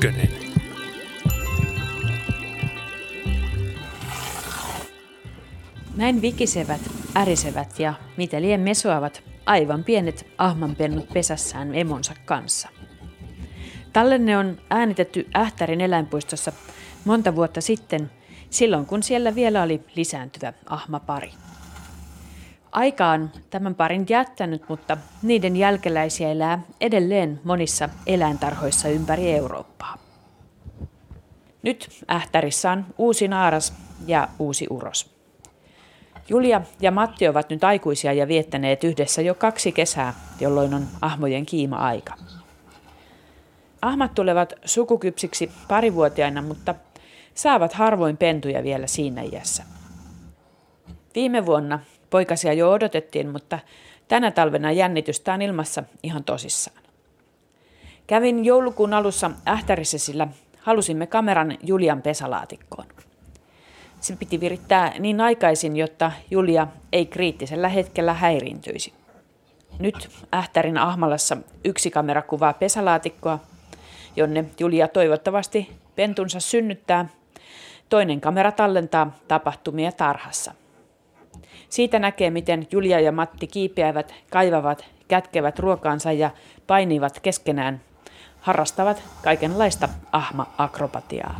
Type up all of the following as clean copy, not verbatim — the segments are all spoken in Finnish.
Ykkönen. Näin vikisevät, ärisevät ja mitä lien mesoavat aivan pienet ahmanpennut pesässään emonsa kanssa. Tallenne on äänitetty Ähtärin eläinpuistossa monta vuotta sitten, silloin kun siellä vielä oli lisääntyvä ahmapari. Aika on tämän parin jättänyt, mutta niiden jälkeläisiä elää edelleen monissa eläintarhoissa ympäri Eurooppaa. Nyt Ähtärissä on uusi naaras ja uusi uros. Julia ja Matti ovat nyt aikuisia ja viettäneet yhdessä jo 2 kesää, jolloin on ahmojen kiima-aika. Ahmat tulevat sukukypsiksi parivuotiaina, mutta saavat harvoin pentuja vielä siinä iässä. Viime vuonna poikasia jo odotettiin, mutta tänä talvena jännitystä on ilmassa ihan tosissaan. Kävin joulukuun alussa Ähtärissä, sillä halusimme kameran Julian pesälaatikkoon. Se piti virittää niin aikaisin, jotta Julia ei kriittisellä hetkellä häiriintyisi. Nyt Ähtärin Ahmalassa 1 kamera kuvaa pesälaatikkoa, jonne Julia toivottavasti pentunsa synnyttää. Toinen kamera tallentaa tapahtumia tarhassa. Siitä näkee, miten Julia ja Matti kiipeävät, kaivavat, kätkevät ruokaansa ja painivat keskenään, harrastavat kaikenlaista ahma-akrobatiaa.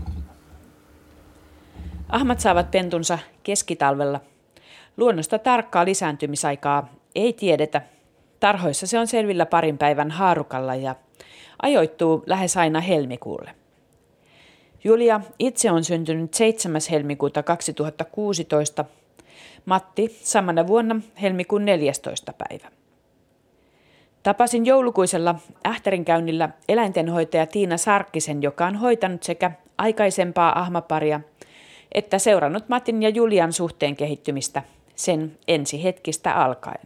Ahmat saavat pentunsa keskitalvella. Luonnosta tarkkaa lisääntymisaikaa ei tiedetä. Tarhoissa se on selvillä parin päivän haarukalla ja ajoittuu lähes aina helmikuulle. Julia itse on syntynyt 7. helmikuuta 2016, Matti samana vuonna helmikuun 14. päivä. Tapasin joulukuisella Ähtärin käynnillä eläintenhoitaja Tiina Sarkkisen, joka on hoitanut sekä aikaisempaa ahmaparia että seurannut Matin ja Julian suhteen kehittymistä sen ensihetkistä alkaen.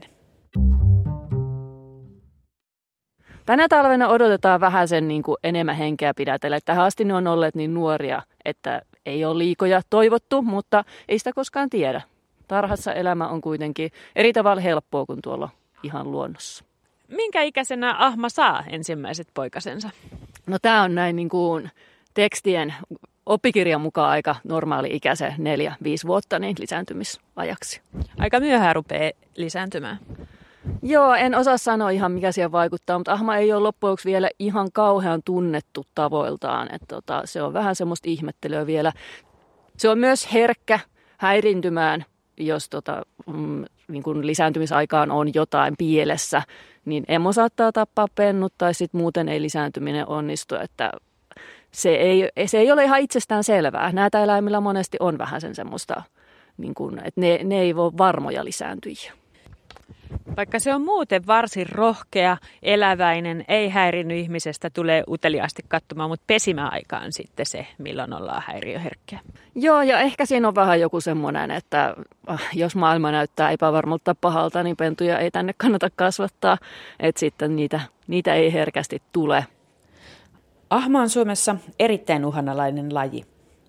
Tänä talvena odotetaan vähän sen enemmän henkeä pidätellä. Tähän asti ne on olleet niin nuoria, että ei ole liikoja toivottu, mutta ei sitä koskaan tiedä. Tarhassa elämä on kuitenkin eri tavalla helppoa kuin tuolla ihan luonnossa. Minkä ikäisenä ahma saa ensimmäiset poikasensa? No tämä on näin tekstien oppikirjan mukaan aika normaali-ikäisen 4-5 vuotta niin lisääntymisajaksi. Aika myöhään rupeaa lisääntymään. Joo, en osaa sanoa ihan mikä siihen vaikuttaa, mutta ahma ei ole loppujen lopuksi vielä ihan kauhean tunnettu tavoiltaan. Se on vähän semmoista ihmettelyä vielä. Se on myös herkkä häirintymään, jos lisääntymisaikaan on jotain pielessä, niin emo saattaa tappaa pennut tai sitten muuten ei lisääntyminen onnistu, että se ei ole ihan itsestään selvää. Näitä eläimillä monesti on vähän sen semmoista, että ne ei voi varmoja lisääntyjiä. Vaikka se on muuten varsin rohkea, eläväinen, ei häirinnyt ihmisestä, tulee uteliaasti katsomaan, mutta pesimäaika on sitten se, milloin ollaan häiriöherkkiä. Joo, ja ehkä siinä on vähän joku semmoinen, että jos maailma näyttää epävarmalta pahalta, niin pentuja ei tänne kannata kasvattaa, että sitten niitä ei herkästi tule. Ahma on Suomessa erittäin uhanalainen laji.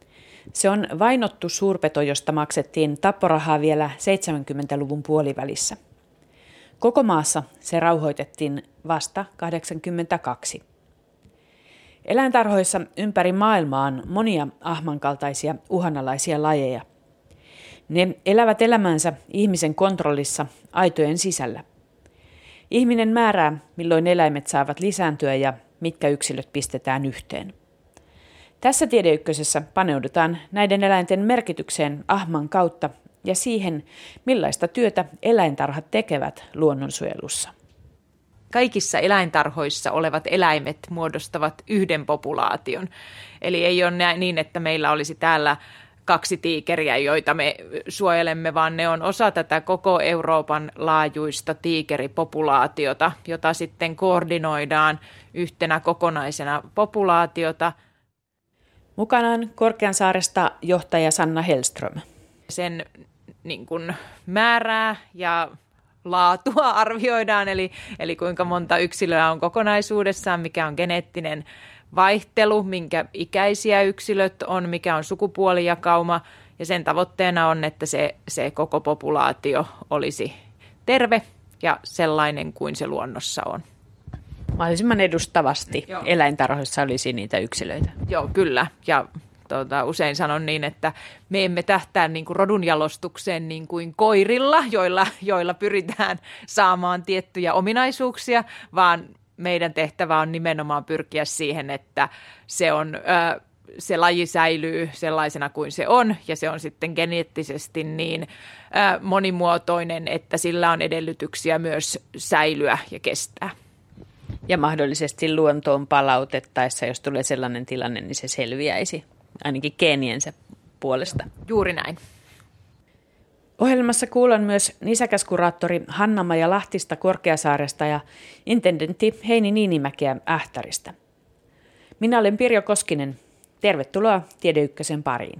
Se on vainottu suurpeto, josta maksettiin tapporahaa vielä 70-luvun puolivälissä. Koko maassa se rauhoitettiin vasta 1982. Eläintarhoissa ympäri maailmaa on monia ahman kaltaisia uhanalaisia lajeja. Ne elävät elämänsä ihmisen kontrollissa aitojen sisällä. Ihminen määrää, milloin eläimet saavat lisääntyä ja mitkä yksilöt pistetään yhteen. Tässä Tiedeykkösessä paneudutaan näiden eläinten merkitykseen ahman kautta ja siihen, millaista työtä eläintarhat tekevät luonnonsuojelussa. Kaikissa eläintarhoissa olevat eläimet muodostavat yhden populaation. Eli ei ole niin, että meillä olisi täällä 2 tiikeriä, joita me suojelemme, vaan ne on osa tätä koko Euroopan laajuista tiikeripopulaatiota, jota sitten koordinoidaan yhtenä kokonaisena populaatiota. Mukanaan Korkeansaaresta johtaja Sanna Hellström. Sen määrää ja laatua arvioidaan, eli kuinka monta yksilöä on kokonaisuudessaan, mikä on geneettinen vaihtelu, minkä ikäisiä yksilöt on, mikä on sukupuolijakauma, ja sen tavoitteena on, että se koko populaatio olisi terve ja sellainen kuin se luonnossa on. mahdollisimman edustavasti eläintarhoissa olisi niitä yksilöitä. Joo, kyllä. Ja usein sanon niin, että me emme tähtää niin kuin rodunjalostukseen niin kuin koirilla, joilla pyritään saamaan tiettyjä ominaisuuksia, vaan meidän tehtävä on nimenomaan pyrkiä siihen, että se laji säilyy sellaisena kuin se on, ja se on sitten geneettisesti niin monimuotoinen, että sillä on edellytyksiä myös säilyä ja kestää. Ja mahdollisesti luontoon palautettaessa, jos tulee sellainen tilanne, niin se selviäisi ainakin geeniensä puolesta. Juuri näin. Ohjelmassa kuullaan myös nisäkäskuraattori Hanna-Maija Lahtista Korkeasaaresta ja intendentti Heini Niinimäkeä Ähtäristä. Minä olen Pirjo Koskinen. Tervetuloa Tiede Ykkösen pariin.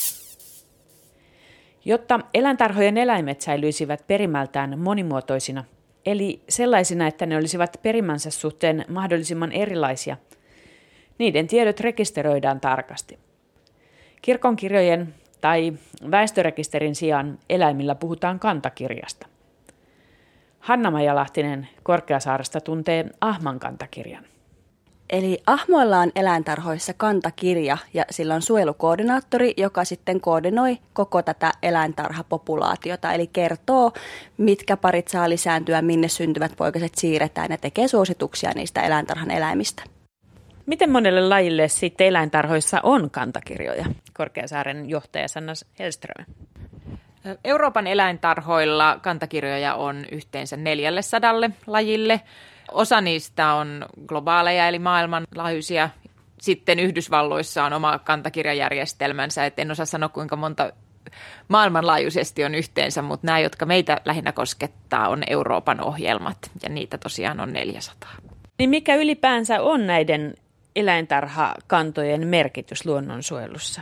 Jotta eläintarhojen eläimet säilyisivät perimältään monimuotoisina, eli sellaisina, että ne olisivat perimänsä suhteen mahdollisimman erilaisia, niiden tiedot rekisteröidään tarkasti. Kirkonkirjojen tai väestörekisterin sijaan eläimillä puhutaan kantakirjasta. Hanna-Maija Lahtinen Korkeasaaresta tuntee Ahman kantakirjan. Eli ahmoilla on eläintarhoissa kantakirja ja sillä on suojelukoordinaattori, joka sitten koordinoi koko tätä eläintarhapopulaatiota. Eli kertoo, mitkä parit saa lisääntyä, minne syntyvät poikaset siirretään ja tekee suosituksia niistä eläintarhan eläimistä. Miten monelle lajille sitten eläintarhoissa on kantakirjoja? Korkeasaaren johtaja Sanna Hellström. Euroopan eläintarhoilla kantakirjoja on yhteensä 400 lajille. Osa niistä on globaaleja eli maailmanlaajuisia. Sitten Yhdysvalloissa on oma kantakirjajärjestelmänsä. Et en osaa sanoa, kuinka monta maailmanlaajuisesti on yhteensä, mutta nämä, jotka meitä lähinnä koskettaa, on Euroopan ohjelmat. Ja niitä tosiaan on 400. Niin mikä ylipäänsä on näiden eläintarhakantojen merkitys luonnonsuojelussa?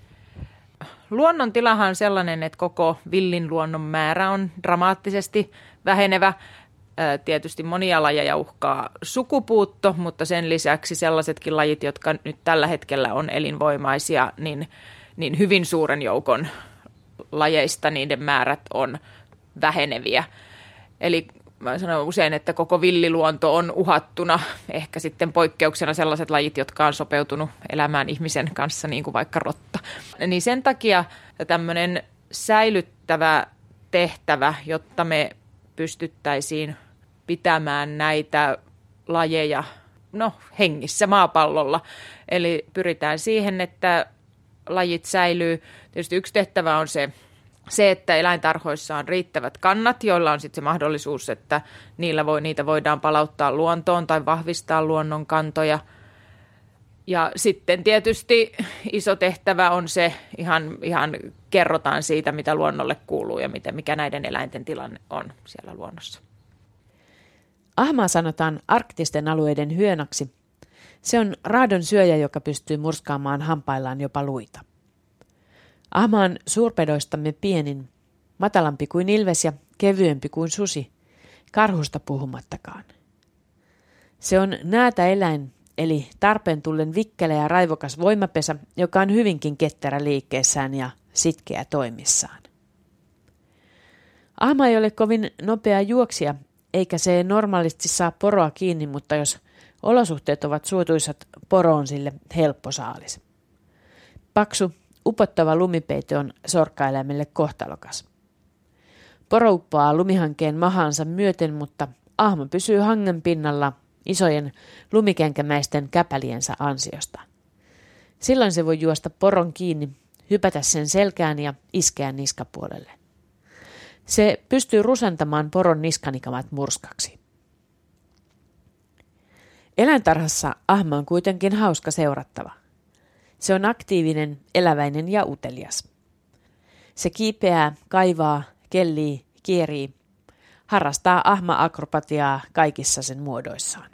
Luonnon tilahan on sellainen, että koko villin luonnon määrä on dramaattisesti vähenevä. Tietysti monia lajeja uhkaa sukupuutto, mutta sen lisäksi sellaisetkin lajit, jotka nyt tällä hetkellä on elinvoimaisia, niin hyvin suuren joukon lajeista niiden määrät on väheneviä. Eli mä sanon usein, että koko villiluonto on uhattuna, ehkä sitten poikkeuksena sellaiset lajit, jotka on sopeutunut elämään ihmisen kanssa, niin kuin vaikka rotta. Niin sen takia tämmöinen säilyttävä tehtävä, jotta me pystyttäisiin pitämään näitä lajeja hengissä maapallolla. Eli pyritään siihen, että lajit säilyy. Tietysti yksi tehtävä on se, että eläintarhoissa on riittävät kannat, joilla on sitten se mahdollisuus, että niitä voidaan palauttaa luontoon tai vahvistaa luonnon kantoja. Ja sitten tietysti iso tehtävä on se, ihan kerrotaan siitä, mitä luonnolle kuuluu ja mikä näiden eläinten tilanne on siellä luonnossa. Ahmaa sanotaan arktisten alueiden hyönaksi. Se on raadon syöjä, joka pystyy murskaamaan hampaillaan jopa luita. Ahma on suurpedoistamme pienin, matalampi kuin ilves ja kevyempi kuin susi, karhusta puhumattakaan. Se on näätäeläin, eli tarpeen tullen vikkelä ja raivokas voimapesä, joka on hyvinkin ketterä liikkeessään ja sitkeä toimissaan. Ahma ei ole kovin nopea juoksija, eikä se normaalisti saa poroa kiinni, mutta jos olosuhteet ovat suotuisat, poro on sille helppo saalis. Paksu, upottava lumipeite on sorkkaeläimelle kohtalokas. Poro uppoaa lumihankeen mahaansa myöten, mutta ahma pysyy hangen pinnalla isojen lumikenkämäisten käpäliensä ansiosta. Silloin se voi juosta poron kiinni, hypätä sen selkään ja iskeä niskapuolelle. Se pystyy rusentamaan poron niskanikamat murskaksi. Eläintarhassa ahma on kuitenkin hauska seurattava. Se on aktiivinen, eläväinen ja utelias. Se kiipeää, kaivaa, kellii, kierii, harrastaa ahma-akrobatiaa kaikissa sen muodoissaan.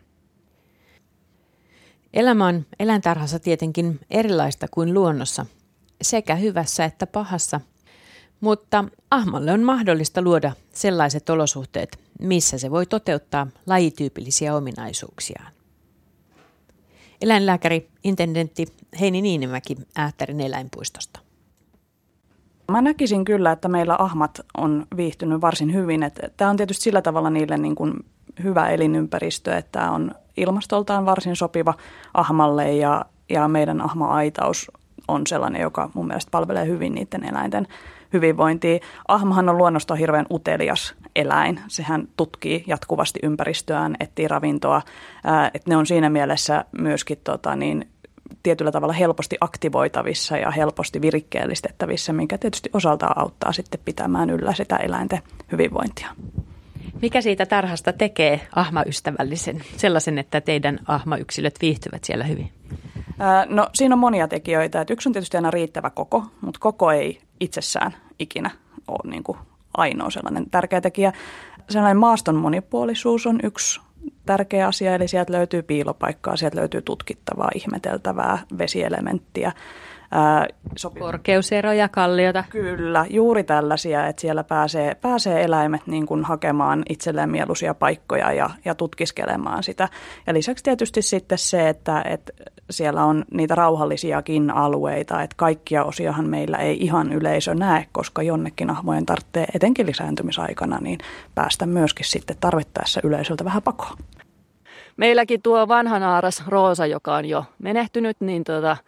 Elämä on eläintarhassa tietenkin erilaista kuin luonnossa, sekä hyvässä että pahassa, mutta ahmalle on mahdollista luoda sellaiset olosuhteet, missä se voi toteuttaa lajityypillisiä ominaisuuksiaan. Eläinlääkäri, intendentti Heini Niinimäki Ähtärin eläinpuistosta. Mä näkisin kyllä, että meillä ahmat on viihtynyt varsin hyvin. Tämä on tietysti sillä tavalla niille niin kuin hyvä elinympäristö, että on ilmastoltaan varsin sopiva ahmalle ja meidän ahma-aitaus on sellainen, joka mun mielestä palvelee hyvin niiden eläinten hyvinvointia. Ahmahan on luonnostaan hirveän utelias eläin. Sehän tutkii jatkuvasti ympäristöään, etsii ravintoa. Että ne on siinä mielessä myöskin tietyllä tavalla helposti aktivoitavissa ja helposti virikkeellistettävissä, minkä tietysti osaltaan auttaa sitten pitämään yllä sitä eläinten hyvinvointia. Mikä siitä tarhasta tekee ahmaystävällisen, sellaisen, että teidän ahmayksilöt viihtyvät siellä hyvin? No siinä on monia tekijöitä. Että yksi on tietysti aina riittävä koko, mutta koko ei itsessään ikinä ole niin kuin ainoa sellainen tärkeä tekijä. Sellainen maaston monipuolisuus on yksi tärkeä asia, eli sieltä löytyy piilopaikkaa, sieltä löytyy tutkittavaa, ihmeteltävää vesielementtiä. Korkeuseroja, kalliota. Kyllä, juuri tällaisia, että siellä pääsee eläimet niin kuin hakemaan itselleen mieluisia paikkoja ja tutkiskelemaan sitä. Ja lisäksi tietysti sitten se, että siellä on niitä rauhallisiakin alueita, että kaikkia osiahan meillä ei ihan yleisö näe, koska jonnekin ahmojen tarvitsee etenkin lisääntymisaikana niin päästä myöskin sitten tarvittaessa yleisöltä vähän pakoon. Meilläkin tuo vanha naaras Roosa, joka on jo menehtynyt, niin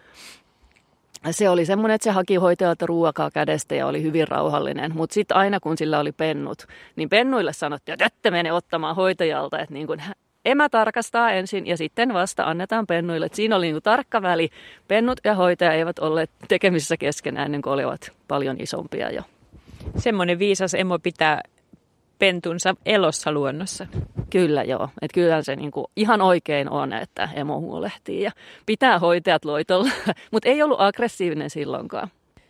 se oli semmoinen, että se haki hoitajalta ruokaa kädestä ja oli hyvin rauhallinen. Mutta sitten aina kun sillä oli pennut, niin pennuille sanottiin, että ette mene ottamaan hoitajalta. Että niin kun emä tarkastaa ensin ja sitten vasta annetaan pennuille. Et siinä oli niin kun tarkka väli. Pennut ja hoitaja eivät olleet tekemisissä keskenään ennen kuin olivat paljon isompia jo. Semmoinen viisas emo pitää pentunsa elossa luonnossa. Kyllä joo, että kyllähän se niinku ihan oikein on, että emo huolehtii ja pitää hoitajat loitolla, mutta ei ollut aggressiivinen silloinkaan.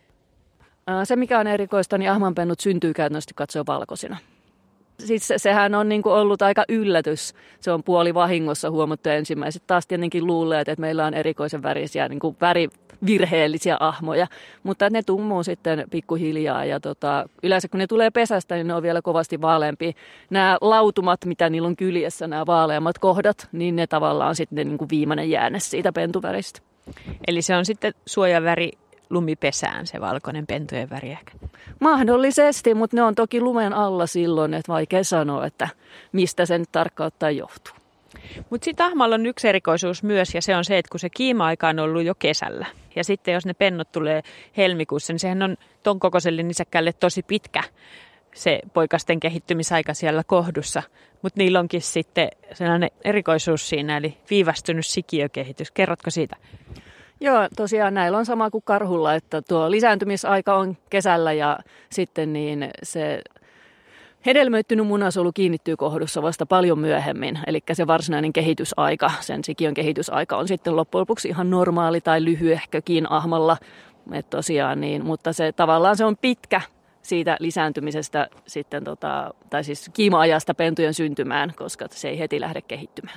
Se mikä on erikoista, niin ahmanpennut syntyy käytännössä katsoa valkoisina. Siis sehän on niinku ollut aika yllätys, se on puoli vahingossa huomattu ensimmäiset. Taas tietenkin luulee, että meillä on erikoisen värisiä niinku värivirheellisiä ahmoja, mutta ne tummuu sitten pikkuhiljaa ja yleensä kun ne tulee pesästä, niin ne on vielä kovasti vaaleampia. Nämä lautumat, mitä niillä on kyljessä, nämä vaaleammat kohdat, niin ne tavallaan on sitten niinku viimeinen jäänne siitä pentuväristä. Eli se on sitten suojaväri lumipesään, se valkoinen pentujen väri ehkä. Mahdollisesti, mutta ne on toki lumen alla silloin, että vaikea sanoa, että mistä sen tarkkaan ottaen johtuu. Mutta sitten ahmalla on yksi erikoisuus myös, ja se on se, että kun se kiima-aika on ollut jo kesällä, ja sitten jos ne pennot tulee helmikuussa, niin sehän on ton kokoiselle nisäkkäille tosi pitkä se poikasten kehittymisaika siellä kohdussa. Mutta niillä onkin sitten sellainen erikoisuus siinä, eli viivästynyt sikiökehitys. Kerrotko siitä? Joo, tosiaan näillä on sama kuin karhulla, että tuo lisääntymisaika on kesällä ja sitten niin se hedelmöittynyt munasolu kiinnittyy kohdussa vasta paljon myöhemmin. Eli se varsinainen kehitysaika, sen sikiön kehitysaika on sitten loppujen lopuksi ihan normaali tai lyhyehkökin ahmalla. Että tosiaan niin, mutta se tavallaan se on pitkä siitä lisääntymisestä sitten tai siis kiima-ajasta pentujen syntymään, koska se ei heti lähde kehittymään.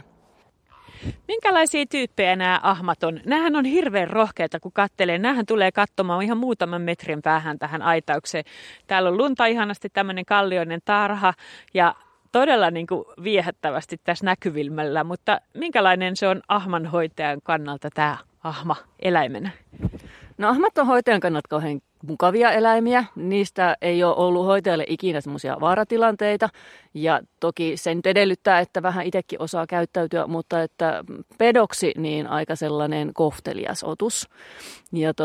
Minkälaisia tyyppejä nämä ahmat on? Nämähän on hirveän rohkeita, kun katselee. Nämähän tulee katsomaan ihan muutaman metrin päähän tähän aitaukseen. Täällä on lunta ihanasti, tämmöinen kallioinen tarha ja todella niin kuin viehättävästi tässä näkyvilmällä. Mutta minkälainen se on ahmanhoitajan kannalta tämä ahma eläimenä? No ahmat on hoitajan kannalta kauhean mukavia eläimiä. Niistä ei ole ollut hoitajalle ikinä semmoisia vaaratilanteita. Ja toki se nyt edellyttää, että vähän itsekin osaa käyttäytyä, mutta että pedoksi niin aika sellainen kohtelias otus. Ja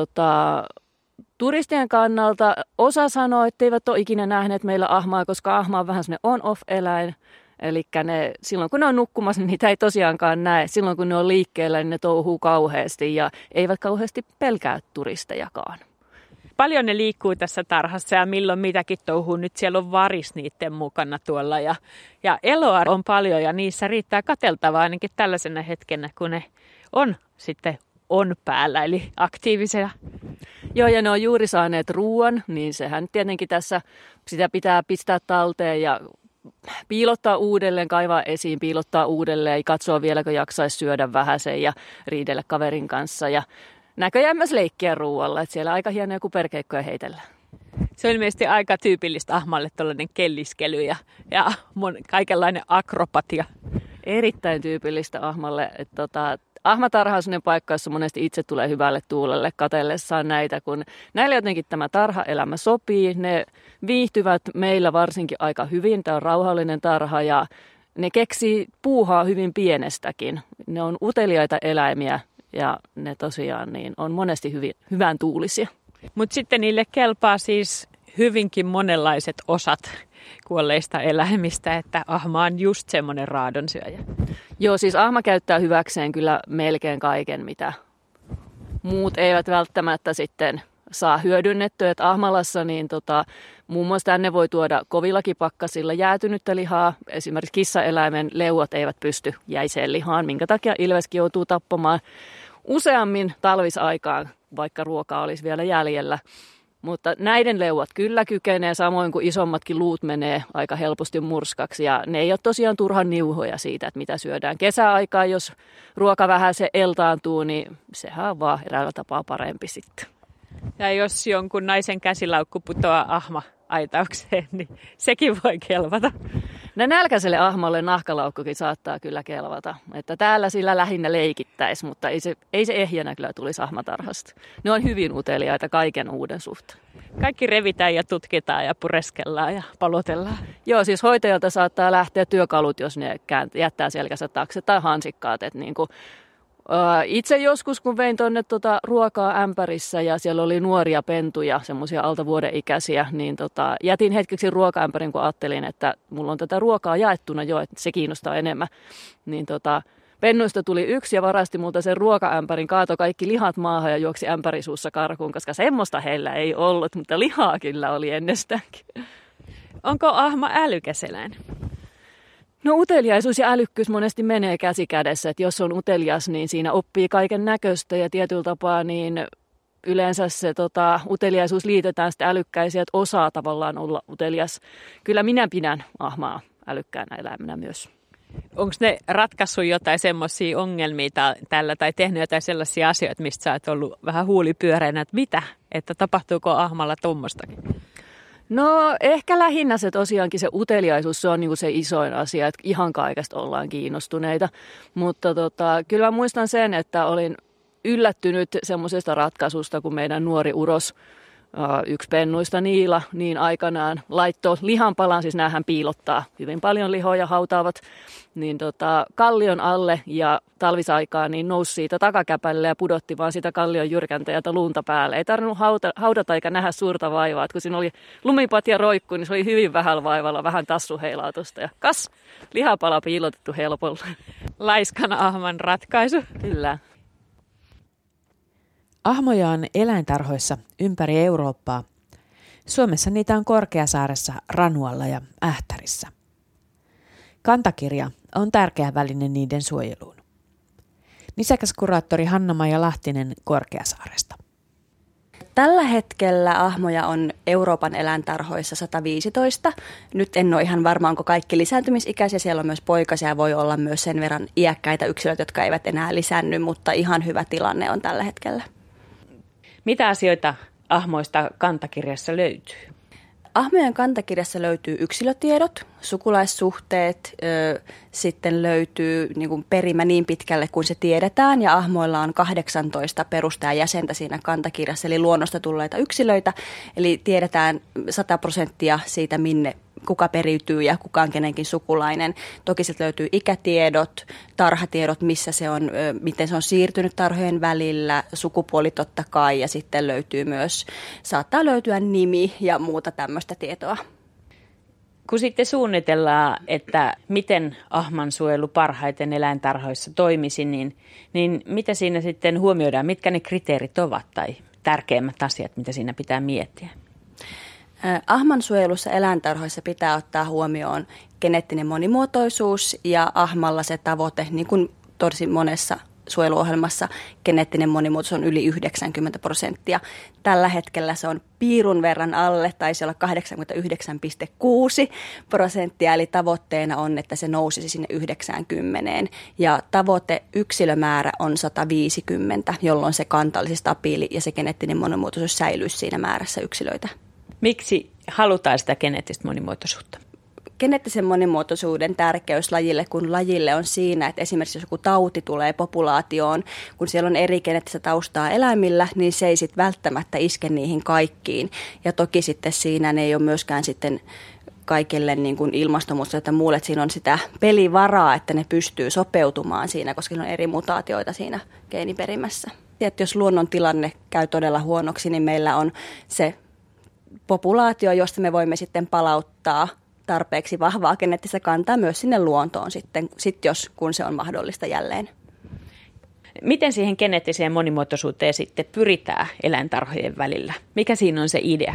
turistien kannalta osa sanoo, että eivät ole ikinä nähneet meillä ahmaa, koska ahma on vähän semmoinen on-off-eläin. Eli silloin kun ne on nukkumassa, niin niitä ei tosiaankaan näe. Silloin kun ne on liikkeellä, niin ne touhuu kauheasti ja eivät kauheasti pelkää turistejakaan. Paljon ne liikkuu tässä tarhassa ja milloin mitäkin touhuu. Nyt siellä on varis niiden mukana tuolla ja eloa on paljon ja niissä riittää katseltavaa ainakin tällaisena hetkenä, kun ne on päällä eli aktiivisia. Joo, ja ne on juuri saaneet ruoan, niin sehän tietenkin tässä sitä pitää pistää talteen ja piilottaa uudelleen, kaivaa esiin, piilottaa uudelleen, katsoa vieläkö jaksaisi syödä vähäsen ja riidellä kaverin kanssa. Ja näköjään myös leikkiä ruoalla, että siellä aika hienoja kuperkeikkoja heitellään. Se on ilmeisesti aika tyypillistä ahmalle tuollainen kelliskely ja kaikenlainen akrobatia. Erittäin tyypillistä ahmalle. Ahmatarha on sellainen paikka, jossa monesti itse tulee hyvälle tuulelle katsellessaan näitä, kun näille jotenkin tämä tarhaelämä sopii. Ne viihtyvät meillä varsinkin aika hyvin. Tämä on rauhallinen tarha ja ne keksii puuhaa hyvin pienestäkin. Ne on uteliaita eläimiä ja ne tosiaan niin on monesti hyvän tuulisia. Mutta sitten niille kelpaa siis hyvinkin monenlaiset osat kuolleista eläimistä, että ahma on just semmoinen raadonsyöjä. Joo, siis ahma käyttää hyväkseen kyllä melkein kaiken, mitä muut eivät välttämättä sitten saa hyödynnettyä. Et Ahmalassa niin muun muassa tänne voi tuoda kovillakin pakkasilla jäätynyttä lihaa. Esimerkiksi kissaeläimen leuat eivät pysty jäiseen lihaan, minkä takia ilveskin joutuu tappamaan useammin talvisaikaan, vaikka ruokaa olisi vielä jäljellä. Mutta näiden leuat kyllä kykenee, samoin kuin isommatkin luut menee aika helposti murskaksi. Ja ne ei ole tosiaan turhan niuhoja siitä, että mitä syödään. Kesäaikaan, jos ruoka vähän se eltaantuu, niin sehän on vaan eräällä tapaa parempi sitten. Ja jos jonkun naisen käsilaukku putoaa ahma-aitaukseen, niin sekin voi kelvata. Nälkäiselle ahmalle nahkalaukkukin saattaa kyllä kelvata. Että täällä sillä lähinnä leikittäisi, mutta ei se ehjänä kyllä tulisi ahmatarhasta. Ne on hyvin uteliaita kaiken uuden suhteen. Kaikki revitään ja tutkitaan ja pureskellaan ja palotellaan. Joo, siis hoitajalta saattaa lähteä työkalut, jos ne jättää selkänsä taakse tai hansikkaat. Että niin kuin, itse joskus, kun vein tuonne ruokaa ämpärissä ja siellä oli nuoria pentuja, semmoisia alta vuoden ikäisiä, niin jätin hetkeksi ruokaämpärin, kun ajattelin, että mulla on tätä ruokaa jaettuna jo, että se kiinnostaa enemmän. Niin pennuista tuli yksi ja varasti multa sen ruokaämpärin, kaatoi kaikki lihat maahan ja juoksi ämpäri suussa karkuun, koska semmoista heillä ei ollut, mutta lihaa kyllä oli ennestäänkin. Onko ahma älykäs eläin? No uteliaisuus ja älykkyys monesti menee käsi kädessä, että jos on utelias, niin siinä oppii kaiken näköistä ja tietyllä tapaa niin yleensä se uteliaisuus liitetään sitten älykkäisiä, että osaa tavallaan olla utelias. Kyllä minä pidän ahmaa älykkäänä eläimenä myös. Onko ne ratkaissut jotain semmoisia ongelmia tällä tai tehnyt jotain sellaisia asioita, mistä sä oot ollut vähän huulipyöreänä, että mitä? Että tapahtuuko ahmalla tuommoistakin? No ehkä lähinnä se tosiaankin se uteliaisuus, se on niinku se isoin asia, että ihan kaikesta ollaan kiinnostuneita. Mutta kyllä mä muistan sen, että olin yllättynyt semmoisesta ratkaisusta, kun meidän nuori uros, yksi pennuista Niila, niin aikanaan laittoi lihanpalan, siis näähän piilottaa hyvin paljon lihoja, hautaavat, niin kallion alle ja talvisaikaan niin nousi siitä takakäpälle ja pudotti vaan sitä kallion jyrkäntäjältä lunta päälle. Ei tarvinnut haudata eikä nähdä suurta vaivaa, että kun siinä oli lumipatja roikku, niin se oli hyvin vähällä vaivalla, vähän tassuheilautusta ja lihapala piilotettu helpolla. Laiskan ahman ratkaisu. Kyllä. Ahmoja on eläintarhoissa ympäri Eurooppaa. Suomessa niitä on Korkeasaaressa, Ranualla ja Ähtärissä. Kantakirja on tärkeä väline niiden suojeluun. Nisäkäskuraattori Hanna-Maija Lahtinen Korkeasaaresta. Tällä hetkellä ahmoja on Euroopan eläintarhoissa 115. Nyt en ole ihan varma, onko kaikki lisääntymisikäisiä. Siellä on myös poikasia ja voi olla myös sen verran iäkkäitä yksilöitä, jotka eivät enää lisänny, mutta ihan hyvä tilanne on tällä hetkellä. Mitä asioita ahmoista kantakirjassa löytyy? Ahmojen kantakirjassa löytyy yksilötiedot, sukulaissuhteet, sitten löytyy niin kuin perimä niin pitkälle kuin se tiedetään, ja ahmoilla on 18 perustajajäsentä siinä kantakirjassa, eli luonnosta tulleita yksilöitä, eli tiedetään 100% siitä, kuka periytyy ja kuka on kenenkin sukulainen. Toki sieltä löytyy ikätiedot, tarhatiedot, missä se on, miten se on siirtynyt tarhojen välillä, sukupuoli totta kai, ja sitten löytyy myös, saattaa löytyä nimi ja muuta tämmöistä tietoa. Kun sitten suunnitellaan, että miten ahmansuojelu parhaiten eläintarhoissa toimisi, niin mitä siinä sitten huomioidaan, mitkä ne kriteerit ovat tai tärkeimmät asiat, mitä siinä pitää miettiä? Ahmansuojelussa eläintarhoissa pitää ottaa huomioon geneettinen monimuotoisuus ja ahmalla se tavoite, niin kuin tosi monessa suojeluohjelmassa geneettinen monimuotoisuus on yli 90%. Tällä hetkellä se on piirun verran alle, taisi olla 89,6%, eli tavoitteena on, että se nousisi sinne 90. Ja tavoite yksilömäärä on 150, jolloin se kanta olisi stabiili ja se geneettinen monimuotoisuus säilyisi siinä määrässä yksilöitä. Miksi halutaan sitä geneettistä monimuotoisuutta? Geneettisen monimuotoisuuden tärkeys lajille, kun lajille on siinä, että esimerkiksi jos joku tauti tulee populaatioon, kun siellä on eri geneettistä taustaa eläimillä, niin se ei sitten välttämättä iske niihin kaikkiin. Ja toki sitten siinä ne ei ole myöskään sitten kaikille niin kuin ilmastonmuutokselle ja muulle, että siinä on sitä pelivaraa, että ne pystyy sopeutumaan siinä, koska siinä on eri mutaatioita siinä geeniperimässä. Että jos luonnon tilanne käy todella huonoksi, niin meillä on se populaatio, josta me voimme sitten palauttaa tarpeeksi vahvaa geneettistä kantaa myös sinne luontoon sitten kun se on mahdollista jälleen. Miten siihen geneettiseen monimuotoisuuteen sitten pyritään eläintarhojen välillä? Mikä siinä on se idea?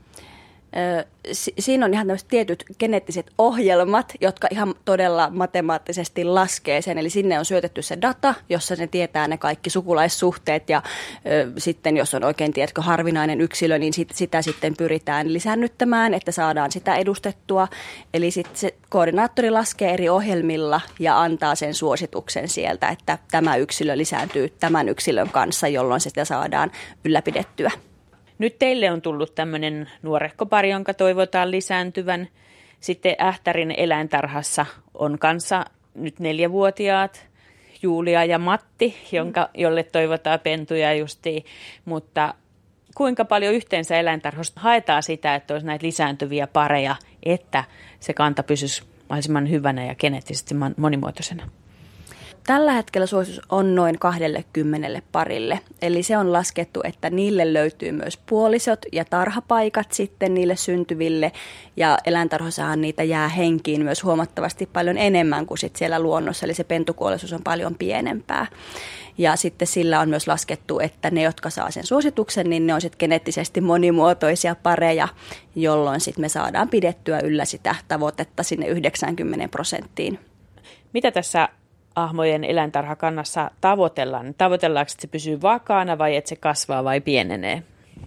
Siinä on ihan tämmöiset tietyt geneettiset ohjelmat, jotka ihan todella matemaattisesti laskee sen. Eli sinne on syötetty se data, jossa ne tietää ne kaikki sukulaissuhteet ja sitten jos on oikein harvinainen yksilö, niin sitä sitten pyritään lisännyttämään, että saadaan sitä edustettua. Eli sitten se koordinaattori laskee eri ohjelmilla ja antaa sen suosituksen sieltä, että tämä yksilö lisääntyy tämän yksilön kanssa, jolloin sitä saadaan ylläpidettyä. Nyt teille on tullut tämmöinen nuorehkopari, jonka toivotaan lisääntyvän. Sitten Ähtärin eläintarhassa on kanssa nyt 4-vuotiaat, Julia ja Matti, jolle toivotaan pentuja justiin. Mutta kuinka paljon yhteensä eläintarhoista haetaan sitä, että olisi näitä lisääntyviä pareja, että se kanta pysyisi mahdollisimman hyvänä ja geneettisesti monimuotoisena? Tällä hetkellä suositus on noin 20 parille, eli se on laskettu, että niille löytyy myös puolisot ja tarhapaikat sitten niille syntyville, ja eläintarhoissahan niitä jää henkiin myös huomattavasti paljon enemmän kuin sit siellä luonnossa, eli se pentukuolleisuus on paljon pienempää. Ja sitten sillä on myös laskettu, että ne, jotka saa sen suosituksen, niin ne on sitten geneettisesti monimuotoisia pareja, jolloin sitten me saadaan pidettyä yllä sitä tavoitetta sinne 90%. Mitä tässä ahmojen eläintarhakannassa tavoitellaan? Tavoitellaanko, että se pysyy vakaana vai että se kasvaa vai pienenee?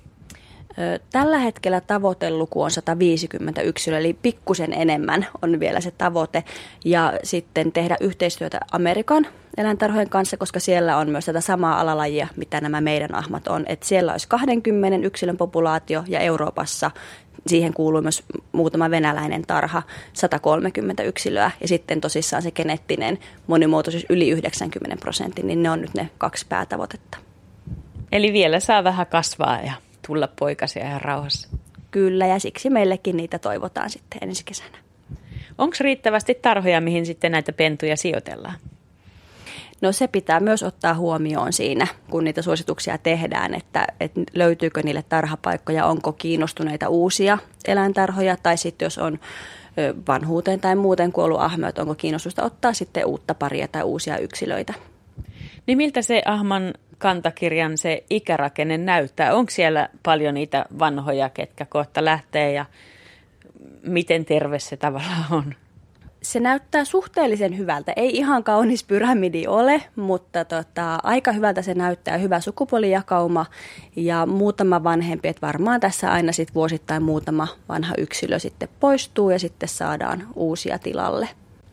Tällä hetkellä tavoiteluku on 150 yksilöä, eli pikkusen enemmän on vielä se tavoite. Ja sitten tehdä yhteistyötä Amerikan eläintarhojen kanssa, koska siellä on myös tätä samaa alalajia, mitä nämä meidän ahmat on. Että siellä olisi 20 yksilön populaatio ja Euroopassa siihen kuuluu myös muutama venäläinen tarha, 130 yksilöä. Ja sitten tosissaan se geneettinen monimuotoisuus yli 90%, niin ne on nyt ne 2 päätavoitetta. Eli vielä saa vähän kasvaa ja tulla poikasia ihan rauhassa. Kyllä, ja siksi meillekin niitä toivotaan sitten ensi kesänä. Onko riittävästi tarhoja, mihin sitten näitä pentuja sijoitellaan? No se pitää myös ottaa huomioon siinä, kun niitä suosituksia tehdään, että löytyykö niille tarhapaikkoja, onko kiinnostuneita uusia eläintarhoja, tai sitten jos on vanhuuteen tai muuten kuollut ahma, onko kiinnostusta ottaa sitten uutta paria tai uusia yksilöitä. Niin miltä se ahman kantakirjan se ikärakenne näyttää? Onko siellä paljon niitä vanhoja, ketkä kohta lähtee ja miten terve se tavallaan on? Se näyttää suhteellisen hyvältä. Ei ihan kaunis pyramidi ole, mutta aika hyvältä se näyttää. Hyvä sukupuolijakauma ja muutama vanhempi. Että varmaan tässä aina sit vuosittain muutama vanha yksilö sitten poistuu ja sitten saadaan uusia tilalle.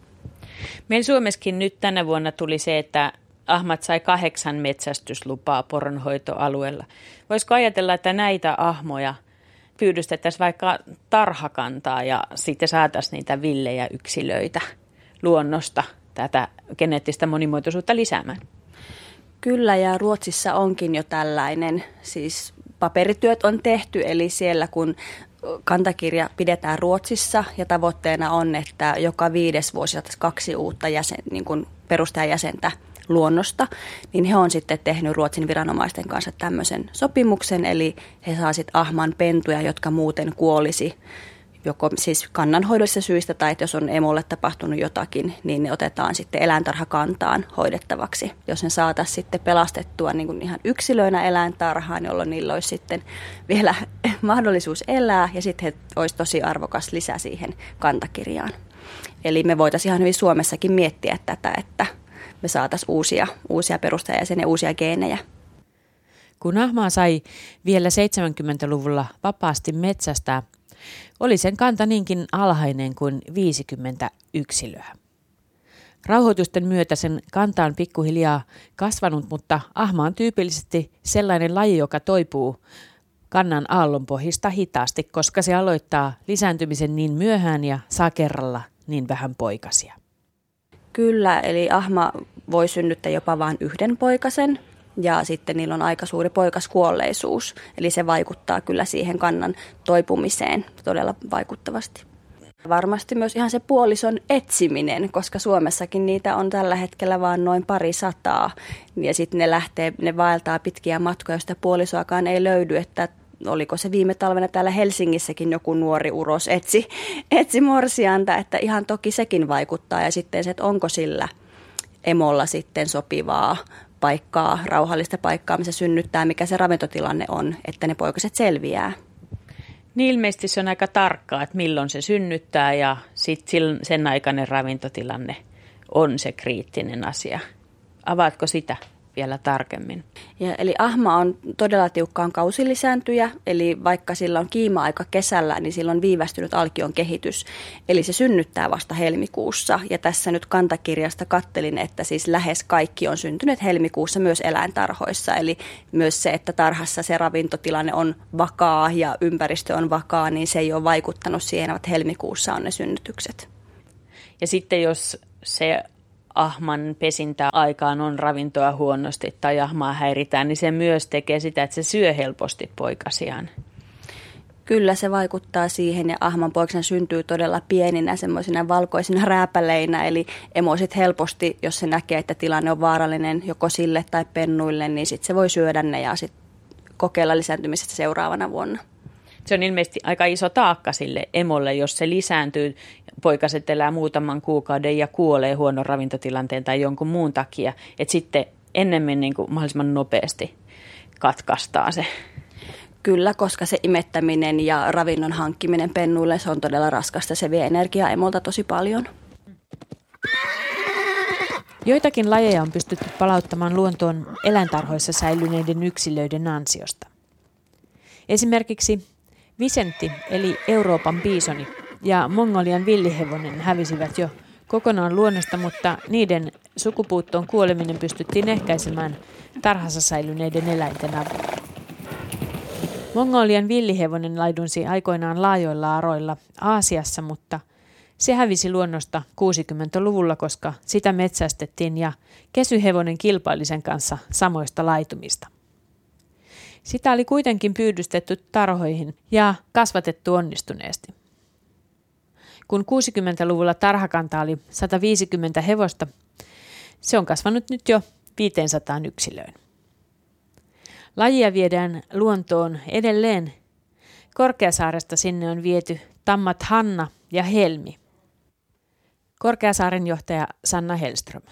Meillä Suomessakin nyt tänä vuonna tuli se, että ahmat sai 8 metsästyslupaa poronhoitoalueella. Voisiko ajatella, että näitä ahmoja pyydystettäisiin vaikka tarhakantaa ja sitten saataisiin niitä villejä yksilöitä luonnosta tätä geneettistä monimuotoisuutta lisäämään? Kyllä, ja Ruotsissa onkin jo tällainen, siis paperityöt on tehty, eli siellä kun kantakirja pidetään Ruotsissa ja tavoitteena on, että joka 5 vuosi saataisiin 2 uutta niin kuin perustajajäsentä luonnosta, niin he on sitten tehnyt Ruotsin viranomaisten kanssa tämmöisen sopimuksen, eli he saa sitten ahman pentuja, jotka muuten kuolisi joko siis kannanhoidollisista syistä tai että jos on emolle tapahtunut jotakin, niin ne otetaan sitten eläintarhakantaan hoidettavaksi. Jos ne saataisiin sitten pelastettua niin kuin ihan yksilöinä eläintarhaan, jolloin niillä olisi sitten vielä mahdollisuus elää ja sitten he olisi tosi arvokas lisä siihen kantakirjaan. Eli me voitaisiin ihan hyvin Suomessakin miettiä tätä, että me saataisiin uusia perustajajäseniä, uusia geenejä. Kun ahmaa sai vielä 70-luvulla vapaasti metsästää, oli sen kanta niinkin alhainen kuin 50 yksilöä. Rauhoitusten myötä sen kanta on pikkuhiljaa kasvanut, mutta ahma on tyypillisesti sellainen laji, joka toipuu kannan aallonpohjista hitaasti, koska se aloittaa lisääntymisen niin myöhään ja saa kerralla niin vähän poikasia. Kyllä, eli ahma voi synnyttää jopa vain 1 poikasen ja sitten niillä on aika suuri poikaskuolleisuus. Eli se vaikuttaa kyllä siihen kannan toipumiseen todella vaikuttavasti. Varmasti myös ihan se puolison etsiminen, koska Suomessakin niitä on tällä hetkellä vaan noin 200. Ja sitten ne vaeltaa pitkiä matkoja, joista puolisoakaan ei löydy, että oliko se viime talvena täällä Helsingissäkin joku nuori uros etsi morsianta, että ihan toki sekin vaikuttaa. Ja sitten se, että onko sillä emolla sitten sopivaa paikkaa, rauhallista paikkaa, missä synnyttää, mikä se ravintotilanne on, että ne poikaset selviää. Niin ilmeisesti se on aika tarkkaa, että milloin se synnyttää ja sitten sen aikainen ravintotilanne on se kriittinen asia. Avaatko sitä vielä tarkemmin? Eli ahma on todella tiukkaan kausilisääntyjä, eli vaikka sillä on kiima-aika kesällä, niin sillä on viivästynyt alkion kehitys. Eli se synnyttää vasta helmikuussa. Ja tässä nyt kantakirjasta kattelin, että siis lähes kaikki on syntynyt helmikuussa myös eläintarhoissa. Eli myös se, että tarhassa se ravintotilanne on vakaa ja ympäristö on vakaa, niin se ei ole vaikuttanut siihen, että helmikuussa on ne synnytykset. Ja sitten jos se ahman pesintäaikaan on ravintoa huonosti tai ahmaa häiritään, niin se myös tekee sitä, että se syö helposti poikasiaan. Kyllä se vaikuttaa siihen ja ahman poikasen syntyy todella pieninä semmoisina valkoisina rääpäleinä, eli emo sit helposti, jos se näkee, että tilanne on vaarallinen joko sille tai pennuille, niin sitten se voi syödä ne ja sitten kokeilla lisääntymisestä seuraavana vuonna. Se on ilmeisesti aika iso taakka sille emolle, jos se lisääntyy. Poikaset elää muutaman kuukauden ja kuolee huonon ravintotilanteen tai jonkun muun takia. Että sitten ennemmin niin kuin mahdollisimman nopeasti katkaistaan se. Kyllä, koska se imettäminen ja ravinnon hankkiminen pennuille, se on todella raskasta. Se vie energiaa emolta tosi paljon. Joitakin lajeja on pystytty palauttamaan luontoon eläintarhoissa säilyneiden yksilöiden ansiosta. Esimerkiksi Visentti eli Euroopan biisoni ja Mongolian villihevonen hävisivät jo kokonaan luonnosta, mutta niiden sukupuuttoon kuoleminen pystyttiin ehkäisemään tarhassa säilyneiden eläinten avulla. Mongolian villihevonen laidunsi aikoinaan laajoilla aroilla Aasiassa, mutta se hävisi luonnosta 60-luvulla, koska sitä metsästettiin ja kesyhevonen kilpaili sen kanssa samoista laitumista. Sitä oli kuitenkin pyydystetty tarhoihin ja kasvatettu onnistuneesti. Kun 60-luvulla tarhakanta oli 150 hevosta, se on kasvanut nyt jo 500 yksilöön. Lajia viedään luontoon edelleen. Korkeasaaresta sinne on viety tammat Hanna ja Helmi. Korkeasaaren johtaja Sanna Hellström.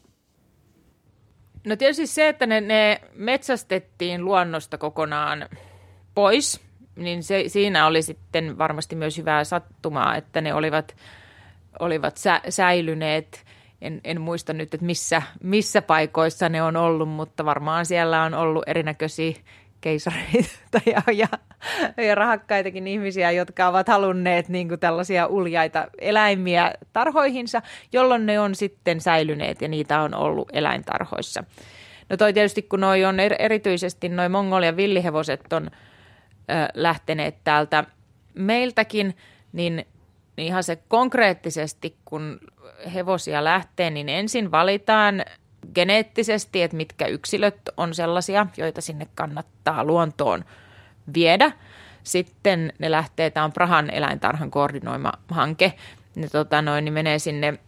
No tietysti se, että ne metsästettiin luonnosta kokonaan pois, niin siinä oli sitten varmasti myös hyvää sattumaa, että ne olivat säilyneet. En muista nyt, että missä paikoissa ne on ollut, mutta varmaan siellä on ollut erinäköisiä keisareita ja rahakkaitakin ihmisiä, jotka ovat halunneet niin kuin tällaisia uljaita eläimiä tarhoihinsa, jolloin ne on sitten säilyneet ja niitä on ollut eläintarhoissa. No toi tietysti, kun noi on erityisesti noi Mongolian villihevoset on lähteneet täältä meiltäkin, niin ihan se konkreettisesti, kun hevosia lähtee, niin ensin valitaan geneettisesti, että mitkä yksilöt on sellaisia, joita sinne kannattaa luontoon viedä. Sitten ne lähtee, tämä on Prahan eläintarhan koordinoima hanke, niin menee sinne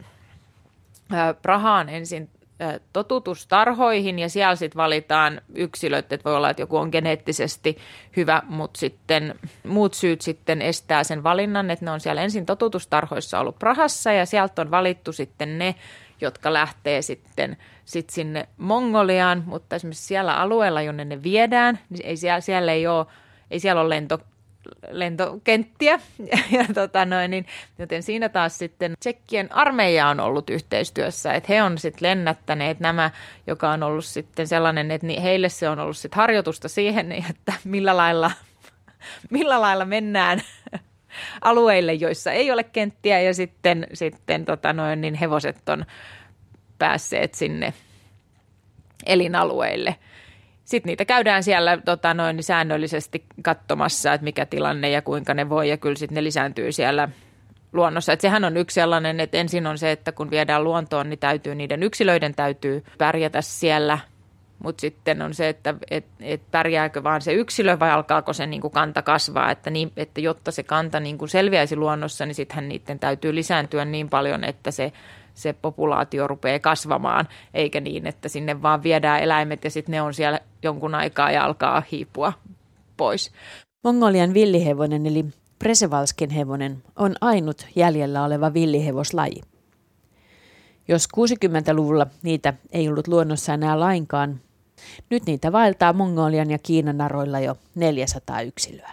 Prahaan ensin totutustarhoihin ja siellä sitten valitaan yksilöt, että voi olla, että joku on geneettisesti hyvä, mutta sitten muut syyt sitten estää sen valinnan, että ne on siellä ensin totutustarhoissa ollut Prahassa ja sieltä on valittu sitten ne, jotka lähtee sitten sinne Mongoliaan, mutta esimerkiksi siellä alueella, jonne ne viedään, niin ei siellä ole lentokenttiä, joten siinä taas sitten Tšekkien armeija on ollut yhteistyössä, että he on sitten lennättäneet nämä, joka on ollut sitten sellainen, että heille se on ollut sitten harjoitusta siihen, että millä lailla mennään alueille, joissa ei ole kenttiä ja sitten niin hevoset on päässeet sinne elinalueille. Sitten niitä käydään siellä säännöllisesti katsomassa, että mikä tilanne ja kuinka ne voi ja kyllä sitten ne lisääntyy siellä luonnossa. Et sehän on yksi sellainen, että ensin on se, että kun viedään luontoon, niin niiden yksilöiden täytyy pärjätä siellä Mutta sitten on se, että pärjääkö vaan se yksilö vai alkaako se niin kuin kanta kasvaa, että jotta se kanta niin kuin selviäisi luonnossa, niin sittenhän niiden täytyy lisääntyä niin paljon, että se populaatio rupeaa kasvamaan, eikä niin, että sinne vaan viedään eläimet ja sitten ne on siellä jonkun aikaa ja alkaa hiipua pois. Mongolian villihevonen eli Przewalskin hevonen on ainut jäljellä oleva villihevoslaji. Jos 60-luvulla niitä ei ollut luonnossa enää lainkaan, nyt niitä vaeltaa Mongolian ja Kiinan naroilla jo 400 yksilöä.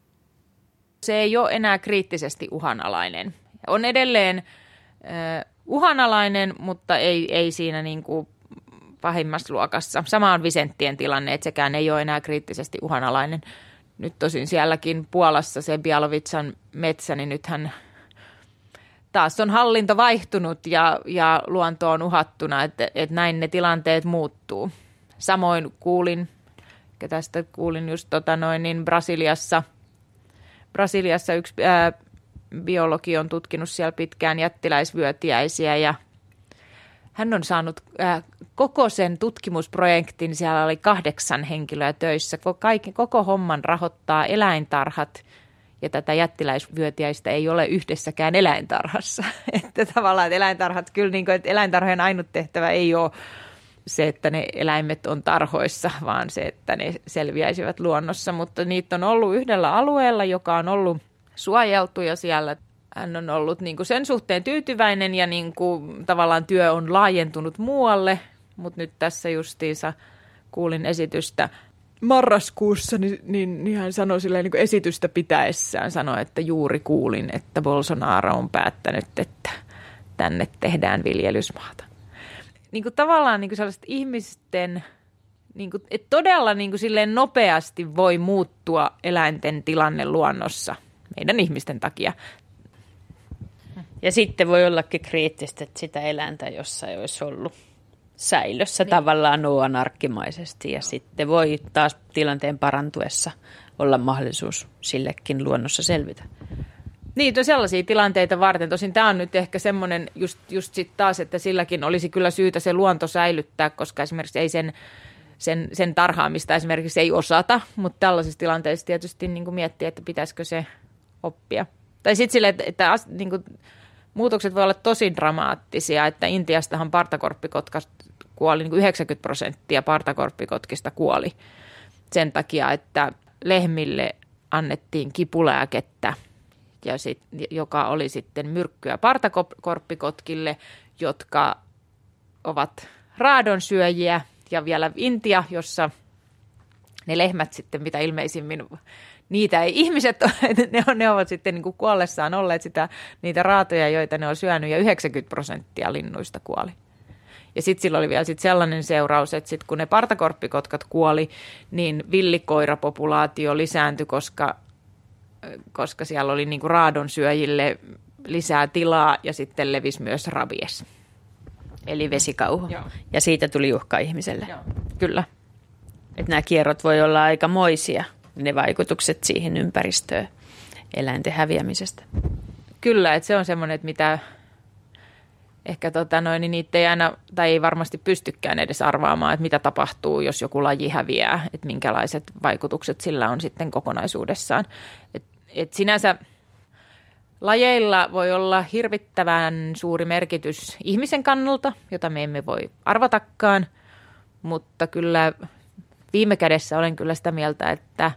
Se ei ole enää kriittisesti uhanalainen. On edelleen uhanalainen, mutta ei siinä niin kuin pahimmassa luokassa. Sama on Visenttien tilanne, että sekään ei ole enää kriittisesti uhanalainen. Nyt tosin sielläkin Puolassa se Białowieżan metsä, niin nythän taas on hallinto vaihtunut ja luonto on uhattuna, että näin ne tilanteet muuttuu. Samoin kuulin just niin Brasiliassa yksi biologi on tutkinut siellä pitkään jättiläisvyötiäisiä ja hän on saanut koko sen tutkimusprojektin, siellä oli 8 henkilöä töissä, koko homman rahoittaa eläintarhat ja tätä jättiläisvyötiäistä ei ole yhdessäkään eläintarhassa. Että tavallaan että eläintarhat kyllä, niin kuin, että eläintarhojen ainut tehtävä ei ole se, että ne eläimet on tarhoissa, vaan se, että ne selviäisivät luonnossa, mutta niitä on ollut yhdellä alueella, joka on ollut suojeltu ja siellä hän on ollut niin kuin sen suhteen tyytyväinen ja niin kuin tavallaan työ on laajentunut muualle, mutta nyt tässä justiinsa kuulin esitystä marraskuussa, niin hän sanoi silleen niin kuin esitystä pitäessään, sanoi, että juuri kuulin, että Bolsonaro on päättänyt, että tänne tehdään viljelysmaata. Niin kuin tavallaan niin kuin sellaiset ihmisten, niin kuin, että todella niin kuin silleen nopeasti voi muuttua eläinten tilanne luonnossa meidän ihmisten takia. Ja sitten voi ollakin kriittistä, että sitä eläintä jossain olisi ollut säilössä tavallaan nuonarkkimaisesti ja sitten voi taas tilanteen parantuessa olla mahdollisuus sillekin luonnossa selvitä. Niin, sellaisia tilanteita varten. Tosin tämä on nyt ehkä semmoinen just sitten taas, että silläkin olisi kyllä syytä se luonto säilyttää, koska esimerkiksi ei sen tarhaamista esimerkiksi ei osata, mutta tällaisissa tilanteissa tietysti niin kuin miettiä, että pitäisikö se oppia. Tai sitten sille, että niin kuin muutokset voi olla tosi dramaattisia, että Intiastahan partakorppikotka kuoli, niin kuin 90% partakorppikotkista kuoli sen takia, että lehmille annettiin kipulääkettä, joka oli sitten myrkkyä partakorppikotkille, jotka ovat raadonsyöjiä ja vielä Intia, jossa ne lehmät sitten mitä ilmeisimmin, niitä ei ihmiset ole, ne ovat sitten niin kuin kuollessaan olleet niitä raatoja, joita ne on syönyt ja 90% linnuista kuoli. Ja sitten sillä oli vielä sellainen seuraus, että sit kun ne partakorppikotkat kuoli, niin villikoirapopulaatio lisääntyi, koska siellä oli niin kuin raadonsyöjille lisää tilaa ja sitten levisi myös rabies. Eli vesikauhu. Joo. Ja siitä tuli uhka ihmiselle. Joo. Kyllä. Että nämä kierrot voi olla aikamoisia, ne vaikutukset siihen ympäristöön eläinten häviämisestä. Kyllä, että se on semmoinen, että mitä ehkä niin niitä ei aina, tai ei varmasti pystykään edes arvaamaan, että mitä tapahtuu, jos joku laji häviää, että minkälaiset vaikutukset sillä on sitten kokonaisuudessaan. Et sinänsä lajeilla voi olla hirvittävän suuri merkitys ihmisen kannalta, jota me emme voi arvatakaan, mutta kyllä viime kädessä olen kyllä sitä mieltä,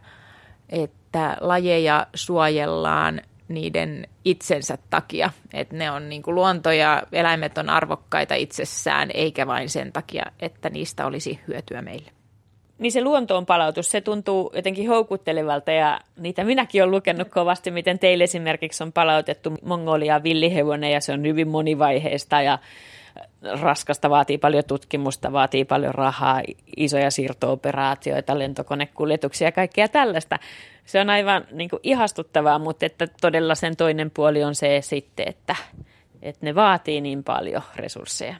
että lajeja suojellaan niiden itsensä takia, että ne on niin kuin luonto ja eläimet on arvokkaita itsessään, eikä vain sen takia, että niistä olisi hyötyä meille. Niin se luontoon palautus, se tuntuu jotenkin houkuttelevalta ja niitä minäkin olen lukenut kovasti, miten teille esimerkiksi on palautettu Mongoliaan villihevonen ja se on hyvin monivaiheista ja raskasta, vaatii paljon tutkimusta, vaatii paljon rahaa, isoja siirto-operaatioita, lentokonekuljetuksia ja kaikkea tällaista. Se on aivan niin kuin ihastuttavaa, mutta että todella sen toinen puoli on se sitten, että ne vaatii niin paljon resursseja.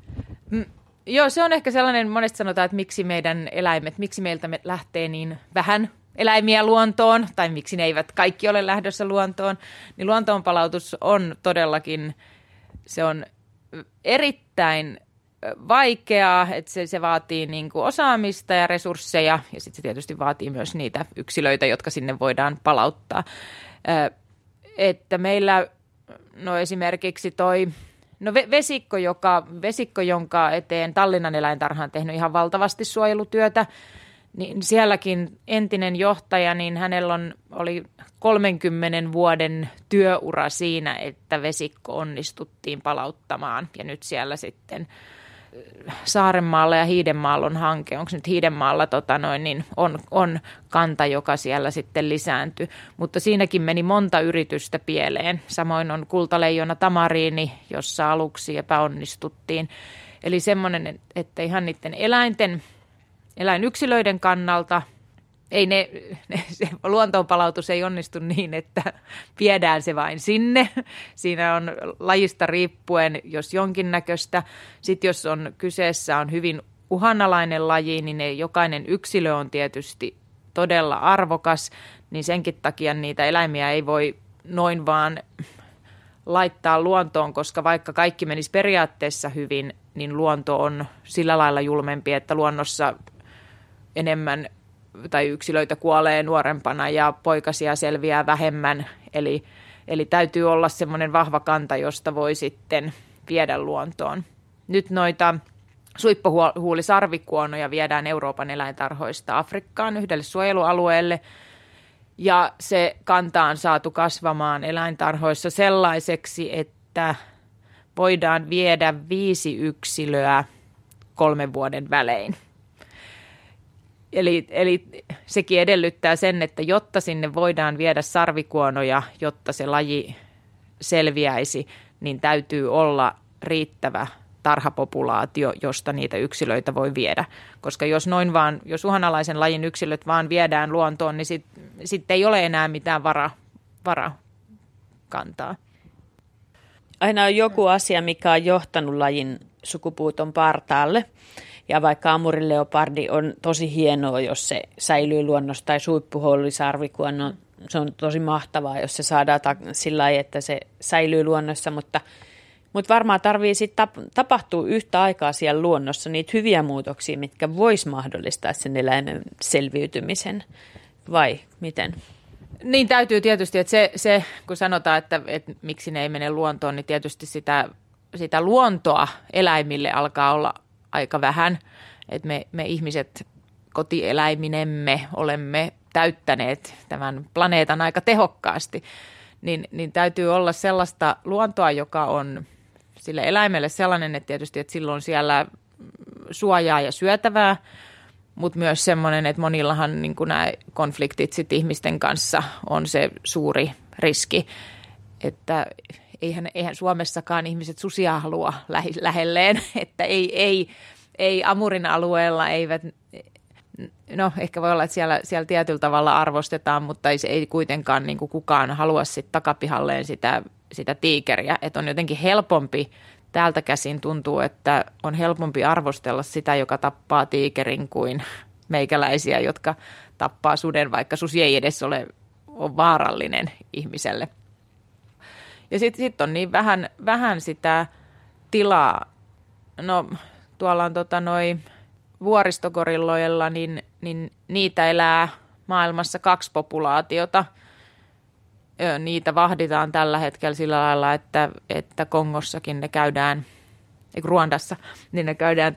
Joo, se on ehkä sellainen, monesti sanotaan, että miksi meidän eläimet, miksi meiltä lähtee niin vähän eläimiä luontoon, tai miksi ne eivät kaikki ole lähdössä luontoon, niin luontoonpalautus on todellakin, se on erittäin vaikeaa, että se vaatii niin kuin osaamista ja resursseja ja sitten se tietysti vaatii myös niitä yksilöitä, jotka sinne voidaan palauttaa. Että meillä esimerkiksi vesikko, jonka eteen Tallinnan eläintarha on tehnyt ihan valtavasti suojelutyötä, niin sielläkin entinen johtaja, niin hänellä oli 30 vuoden työura siinä, että vesikko onnistuttiin palauttamaan. Ja nyt siellä sitten Saarenmaalla ja Hiidenmaalla on hanke. Onko nyt Hiidenmaalla niin on kanta, joka siellä sitten lisääntyi. Mutta siinäkin meni monta yritystä pieleen. Samoin on kultaleijona Tamariini, jossa aluksi epäonnistuttiin. Eli semmoinen, että ihan niiden eläinyksilöiden kannalta se luontoonpalautus ei onnistu niin, että viedään se vain sinne. Siinä on lajista riippuen, jos jonkinnäköistä. Sitten jos kyseessä on hyvin uhanalainen laji, niin jokainen yksilö on tietysti todella arvokas, niin senkin takia niitä eläimiä ei voi noin vaan laittaa luontoon, koska vaikka kaikki menisi periaatteessa hyvin, niin luonto on sillä lailla julmempi, että luonnossa enemmän tai yksilöitä kuolee nuorempana ja poikasia selviää vähemmän. Eli täytyy olla semmoinen vahva kanta, josta voi sitten viedä luontoon. Nyt noita suippohuulisarvikuonoja viedään Euroopan eläintarhoista Afrikkaan yhdelle suojelualueelle. Ja se kanta on saatu kasvamaan eläintarhoissa sellaiseksi, että voidaan viedä 5 yksilöä 3 vuoden välein. Eli sekin edellyttää sen, että jotta sinne voidaan viedä sarvikuonoja, jotta se laji selviäisi, niin täytyy olla riittävä tarhapopulaatio, josta niitä yksilöitä voi viedä. Koska jos uhanalaisen lajin yksilöt vaan viedään luontoon, niin sitten ei ole enää mitään varakantaa. Aina on joku asia, mikä on johtanut lajin sukupuuton partaalle. Ja vaikka amurileopardi on tosi hienoa, jos se säilyy luonnossa, tai suippuhuulisarvikuono, se on tosi mahtavaa, jos se saadaan sillä lailla, että se säilyy luonnossa, mutta varmaan tarvii sitten tapahtua yhtä aikaa siellä luonnossa niitä hyviä muutoksia, mitkä vois mahdollistaa sen eläimen selviytymisen, vai miten? Niin täytyy tietysti, että se kun sanotaan, että miksi ne ei mene luontoon, niin tietysti sitä luontoa eläimille alkaa olla aika vähän, että me ihmiset kotieläiminemme olemme täyttäneet tämän planeetan aika tehokkaasti, niin täytyy olla sellaista luontoa, joka on sille eläimelle sellainen, että tietysti, että silloin siellä suojaa ja syötävää, mutta myös semmoinen, että monillahan niin kuin nämä konfliktit sit ihmisten kanssa on se suuri riski, että eihän Suomessakaan ihmiset susia halua lähelleen, että ei Amurin alueella eivät, no ehkä voi olla, että siellä tietyllä tavalla arvostetaan, mutta ei kuitenkaan niin kuin kukaan halua sitten takapihalleen sitä tiikeriä, että on jotenkin helpompi, täältä käsin tuntuu, että on helpompi arvostella sitä, joka tappaa tiikerin kuin meikäläisiä, jotka tappaa suden, vaikka susi ei edes ole vaarallinen ihmiselle. Ja sitten on niin vähän sitä tilaa. No tuolla on vuoristogorilloilla, niin niitä elää maailmassa 2 populaatiota. Niitä vahditaan tällä hetkellä sillä lailla, että Kongossakin ne käydään, Ruandassa, niin ne käydään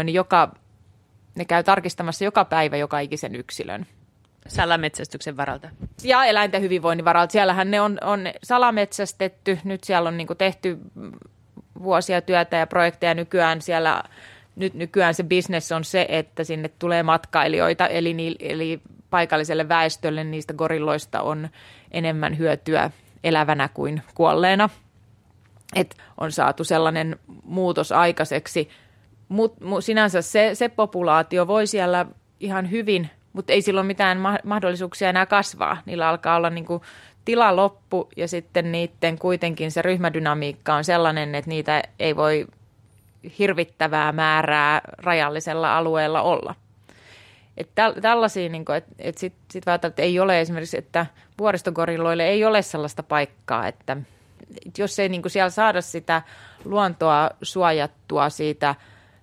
ne käy tarkistamassa joka päivä joka ikisen yksilön. Salametsästyksen varalta. Ja eläinten hyvinvoinnin varalta. Siellähän ne on salametsästetty. Nyt siellä on niinku tehty vuosia työtä ja projekteja nykyään siellä. Nykyään se business on se, että sinne tulee matkailijoita, eli paikalliselle väestölle niistä gorilloista on enemmän hyötyä elävänä kuin kuolleena. Et on saatu sellainen muutos aikaiseksi. Sinänsä se populaatio voi siellä ihan hyvin, mutta ei silloin mitään mahdollisuuksia enää kasvaa. Niillä alkaa olla niinku tila loppu ja sitten niiden kuitenkin se ryhmädynamiikka on sellainen, että niitä ei voi hirvittävää määrää rajallisella alueella olla. Tällaisia, niin että sitten ajatellaan, että ei ole esimerkiksi, että vuoristogorilloille ei ole sellaista paikkaa, että jos ei niin siellä saada sitä luontoa suojattua siitä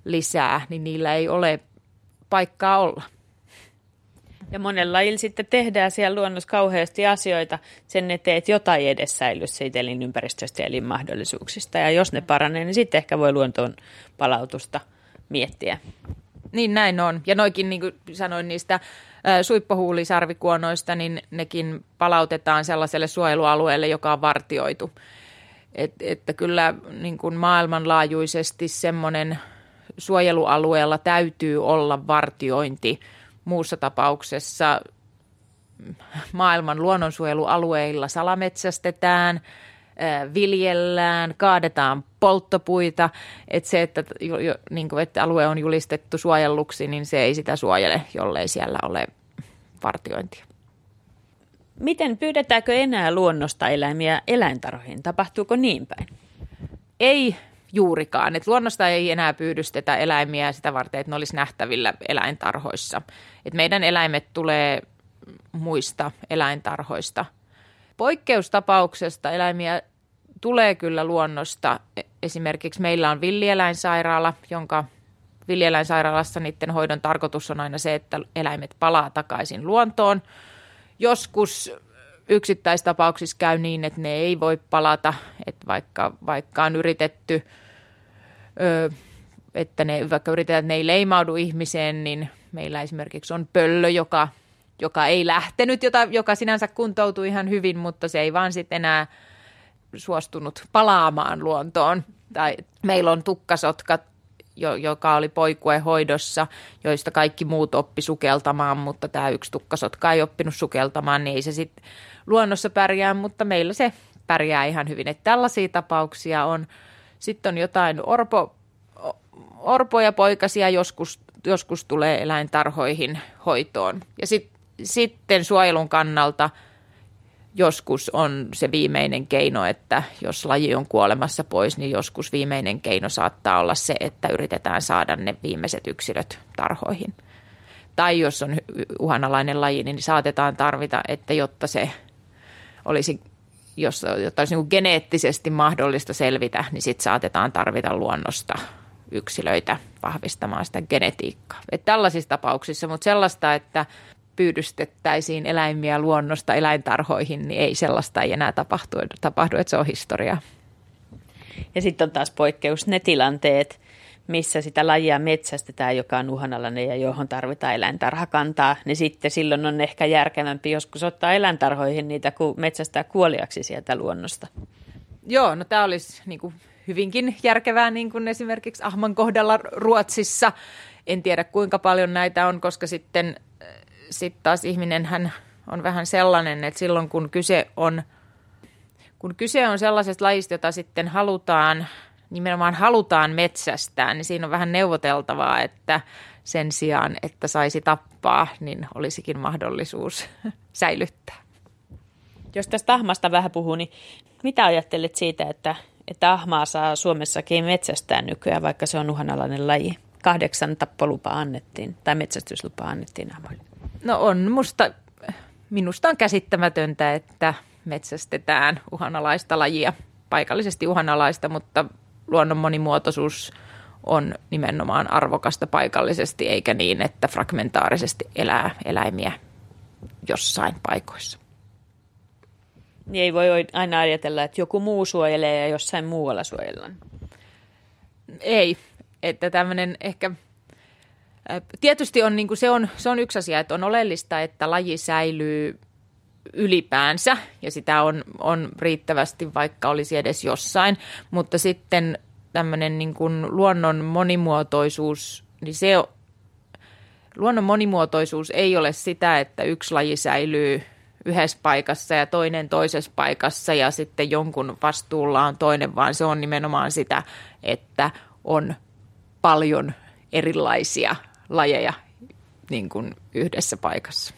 lisää, niin niillä ei ole paikkaa olla. Ja monella lajilla sitten tehdään siellä luonnossa kauheasti asioita sen eteen, että jotain edes säilyisi siitä elinympäristöstä ja elinmahdollisuuksista. Ja jos ne paranee, niin sitten ehkä voi luontoon palautusta miettiä. Niin näin on. Ja noikin, niin kuin sanoin niistä suippohuulisarvikuonoista, niin nekin palautetaan sellaiselle suojelualueelle, joka on vartioitu. Että kyllä niin kuin maailmanlaajuisesti semmoinen suojelualueella täytyy olla vartiointi. Muussa tapauksessa maailman luonnonsuojelualueilla salametsästetään, viljellään, kaadetaan polttopuita. Että se, että alue on julistettu suojelluksi, niin se ei sitä suojele, jollei siellä ole vartiointia. Miten pyydetäänkö enää luonnosta eläimiä eläintarhoihin? Tapahtuuko niin päin? Ei juurikaan. Et luonnosta ei enää pyydystetä eläimiä sitä varten, että ne olisi nähtävillä eläintarhoissa. Et meidän eläimet tulee muista eläintarhoista. Poikkeustapauksesta eläimiä tulee kyllä luonnosta. Esimerkiksi meillä on villieläinsairaala, jonka villieläinsairaalassa niiden hoidon tarkoitus on aina se, että eläimet palaa takaisin luontoon. Joskus yksittäistapauksissa käy niin, että ne ei voi palata, että vaikka on yritetty, vaikka yritetään, että ne ei leimaudu ihmiseen, niin meillä esimerkiksi on pöllö, joka ei lähtenyt, joka sinänsä kuntoutui ihan hyvin, mutta se ei vaan sitten enää suostunut palaamaan luontoon. Tai meillä on tukkasotkat, joka oli poikuehoidossa, joista kaikki muut oppi sukeltamaan, mutta tämä yksi tukkasotka ei oppinut sukeltamaan, niin ei se sitten luonnossa pärjää, mutta meillä se pärjää ihan hyvin. Että tällaisia tapauksia on. Sitten on jotain orpoja poikasia, joskus tulee eläintarhoihin hoitoon. Ja sitten suojelun kannalta joskus on se viimeinen keino, että jos laji on kuolemassa pois, niin joskus viimeinen keino saattaa olla se, että yritetään saada ne viimeiset yksilöt tarhoihin. Tai jos on uhanalainen laji, niin saatetaan tarvita, että jotta olisi niin geneettisesti mahdollista selvitä, niin sitten saatetaan tarvita luonnosta yksilöitä vahvistamaan sitä genetiikkaa. Että tällaisissa tapauksissa, mutta sellaista, että pyydystettäisiin eläimiä luonnosta eläintarhoihin, niin ei sellaista ei enää tapahdu, että se on historiaa. Ja sitten on taas poikkeus ne tilanteet, missä sitä lajia metsästetään, joka on uhanalainen ja johon tarvitaan eläintarhakantaa, niin sitten silloin on ehkä järkevämpi joskus ottaa eläintarhoihin niitä, kun metsästää kuoliaksi sieltä luonnosta. Joo, no tämä olisi niin kuin hyvinkin järkevää, niin kuin esimerkiksi ahman kohdalla Ruotsissa. En tiedä kuinka paljon näitä on, koska sitten taas ihminenhän on vähän sellainen, että silloin kun kyse on sellaisesta lajista, jota sitten nimenomaan halutaan metsästää, niin siinä on vähän neuvoteltavaa, että sen sijaan, että saisi tappaa, niin olisikin mahdollisuus säilyttää. Jos tästä ahmasta vähän puhuu, niin mitä ajattelet siitä, että ahmaa saa Suomessakin metsästää nykyään, vaikka se on uhanalainen laji? 8 tappolupa annettiin, tai metsästyslupa annettiin ahmoille. No minusta on käsittämätöntä, että metsästetään uhanalaista lajia, paikallisesti uhanalaista, mutta luonnon monimuotoisuus on nimenomaan arvokasta paikallisesti, eikä niin, että fragmentaarisesti elää eläimiä jossain paikoissa. Niin ei voi aina ajatella, että joku muu suojelee ja jossain muualla suojellaan. Ei, että tämmöinen ehkä tietysti on, niin kuin se on yksi asia, että on oleellista, että laji säilyy ylipäänsä ja sitä on riittävästi, vaikka olisi edes jossain, mutta sitten tämmöinen niin kuin luonnon monimuotoisuus, niin luonnon monimuotoisuus ei ole sitä, että yksi laji säilyy yhdessä paikassa ja toinen toisessa paikassa ja sitten jonkun vastuulla on toinen, vaan se on nimenomaan sitä, että on paljon erilaisia lajeja niin kuin yhdessä paikassa.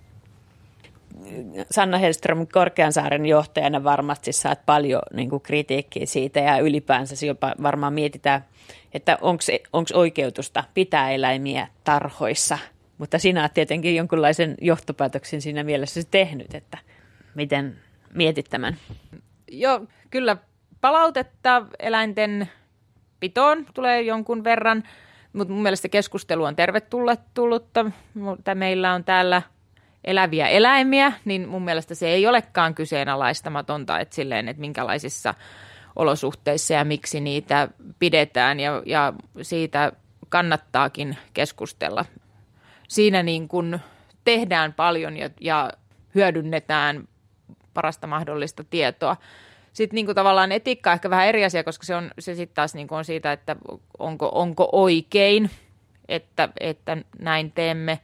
Sanna Hellström Korkeansaaren johtajana varmasti saat paljon niin kuin kritiikkiä siitä ja ylipäänsä jopa varmaan mietitään, että onko oikeutusta pitää eläimiä tarhoissa. Mutta sinä olet tietenkin jonkunlaisen johtopäätöksen siinä mielessä tehnyt, että miten mietit tämän? Joo, kyllä palautetta eläinten pitoon tulee jonkun verran. Mutta mun mielestä keskustelu on tervetullutta, mutta meillä on täällä eläviä eläimiä, niin mun mielestä se ei olekaan kyseenalaistamatonta, että silleen, että minkälaisissa olosuhteissa ja miksi niitä pidetään ja siitä kannattaakin keskustella. Siinä niin kun tehdään paljon ja hyödynnetään parasta mahdollista tietoa. Sitten niin kuin tavallaan etiikka on ehkä vähän eri asia, koska se sitten taas niin kuin on siitä, että onko oikein, että näin teemme.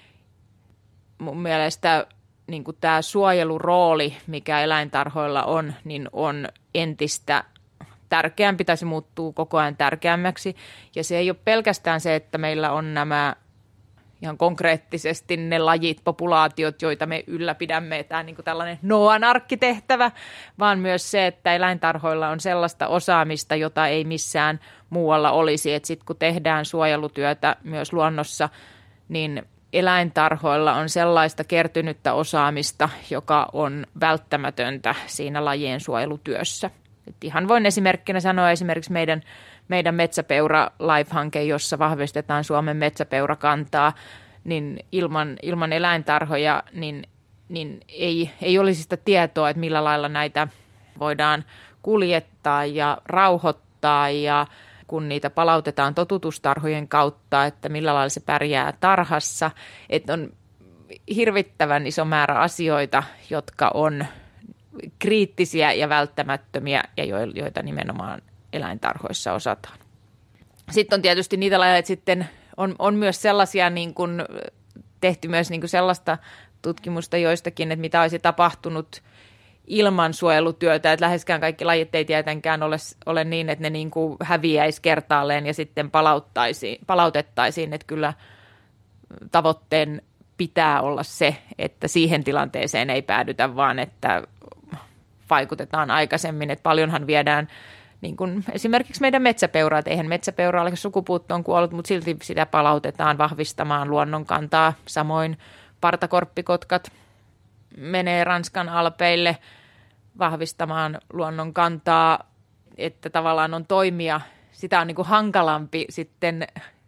Mun mielestä niin kuin tämä suojelurooli, mikä eläintarhoilla on, niin on entistä tärkeämpi, tai se muuttuu koko ajan tärkeämmäksi. Ja se ei ole pelkästään se, että meillä on nämä ihan konkreettisesti ne lajit, populaatiot, joita me ylläpidämme, tämä niin kuin tällainen Noan arkkitehtävä, vaan myös se, että eläintarhoilla on sellaista osaamista, jota ei missään muualla olisi. Että sitten kun tehdään suojelutyötä myös luonnossa, niin eläintarhoilla on sellaista kertynyttä osaamista, joka on välttämätöntä siinä lajien suojelutyössä. Et ihan voin esimerkkinä sanoa esimerkiksi meidän Metsäpeura Life-hanke, jossa vahvistetaan Suomen metsäpeurakantaa, niin ilman eläintarhoja niin ei olisi sitä tietoa, että millä lailla näitä voidaan kuljettaa ja rauhoittaa ja kun niitä palautetaan totutustarhojen kautta, että millä lailla se pärjää tarhassa. Että on hirvittävän iso määrä asioita, jotka on kriittisiä ja välttämättömiä ja joita nimenomaan eläintarhoissa osataan. Sitten on tietysti niitä lajeja, että sitten on myös sellaisia, niin kuin, tehty myös niin kuin sellaista tutkimusta joistakin, että mitä olisi tapahtunut ilman suojelutyötä, että läheskään kaikki lajit ei tietenkään ole niin, että ne niin kuin häviäisi kertaalleen ja sitten palautettaisiin, että kyllä tavoitteen pitää olla se, että siihen tilanteeseen ei päädytä, vaan että vaikutetaan aikaisemmin, että paljonhan viedään niin kuin esimerkiksi meidän metsäpeuraa, että eihän metsäpeura ole sukupuuttoon kuollut, mutta silti sitä palautetaan vahvistamaan luonnonkantaa. Samoin partakorppikotkat menee Ranskan alpeille vahvistamaan luonnonkantaa, että tavallaan on toimia. Sitä on niin kuin hankalampi sitten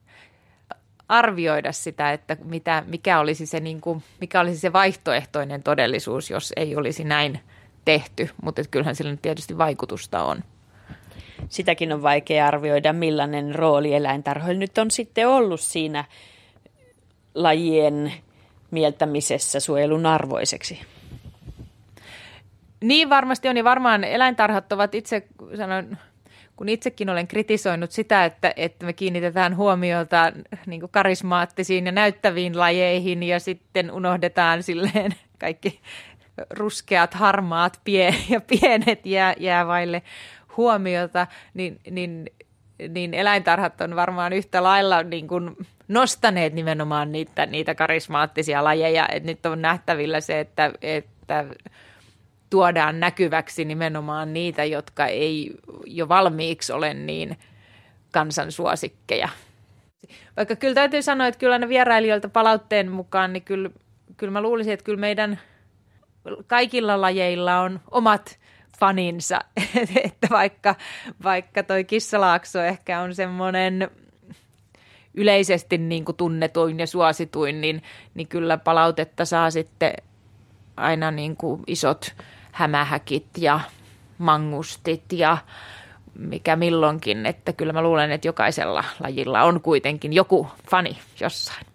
arvioida sitä, että mikä olisi se vaihtoehtoinen todellisuus, jos ei olisi näin tehty, mutta kyllähän sillä tietysti vaikutusta on. Sitäkin on vaikea arvioida, millainen rooli eläintarhoilla nyt on sitten ollut siinä lajien mieltämisessä suojelun arvoiseksi. Niin varmasti on, ja varmaan eläintarhat ovat kun itsekin olen kritisoinut sitä, että me kiinnitetään huomiota niin kuin karismaattisiin ja näyttäviin lajeihin ja sitten unohdetaan silleen kaikki ruskeat, harmaat ja pienet jää vaille huomiota, niin eläintarhat on varmaan yhtä lailla niin kuin nostaneet nimenomaan niitä karismaattisia lajeja, että nyt on nähtävillä se, että tuodaan näkyväksi nimenomaan niitä, jotka ei jo valmiiksi ole niin kansansuosikkeja. Vaikka kyllä täytyy sanoa, että kyllä ne vierailijoilta palautteen mukaan, niin kyllä mä luulisin, että kyllä meidän kaikilla lajeilla on omat faninsa, että vaikka toi kissalaakso ehkä on semmoinen yleisesti niin kuin tunnetuin ja suosituin, niin kyllä palautetta saa sitten aina niin kuin isot hämähäkit ja mangustit ja mikä milloinkin, että kyllä mä luulen, että jokaisella lajilla on kuitenkin joku fani jossain.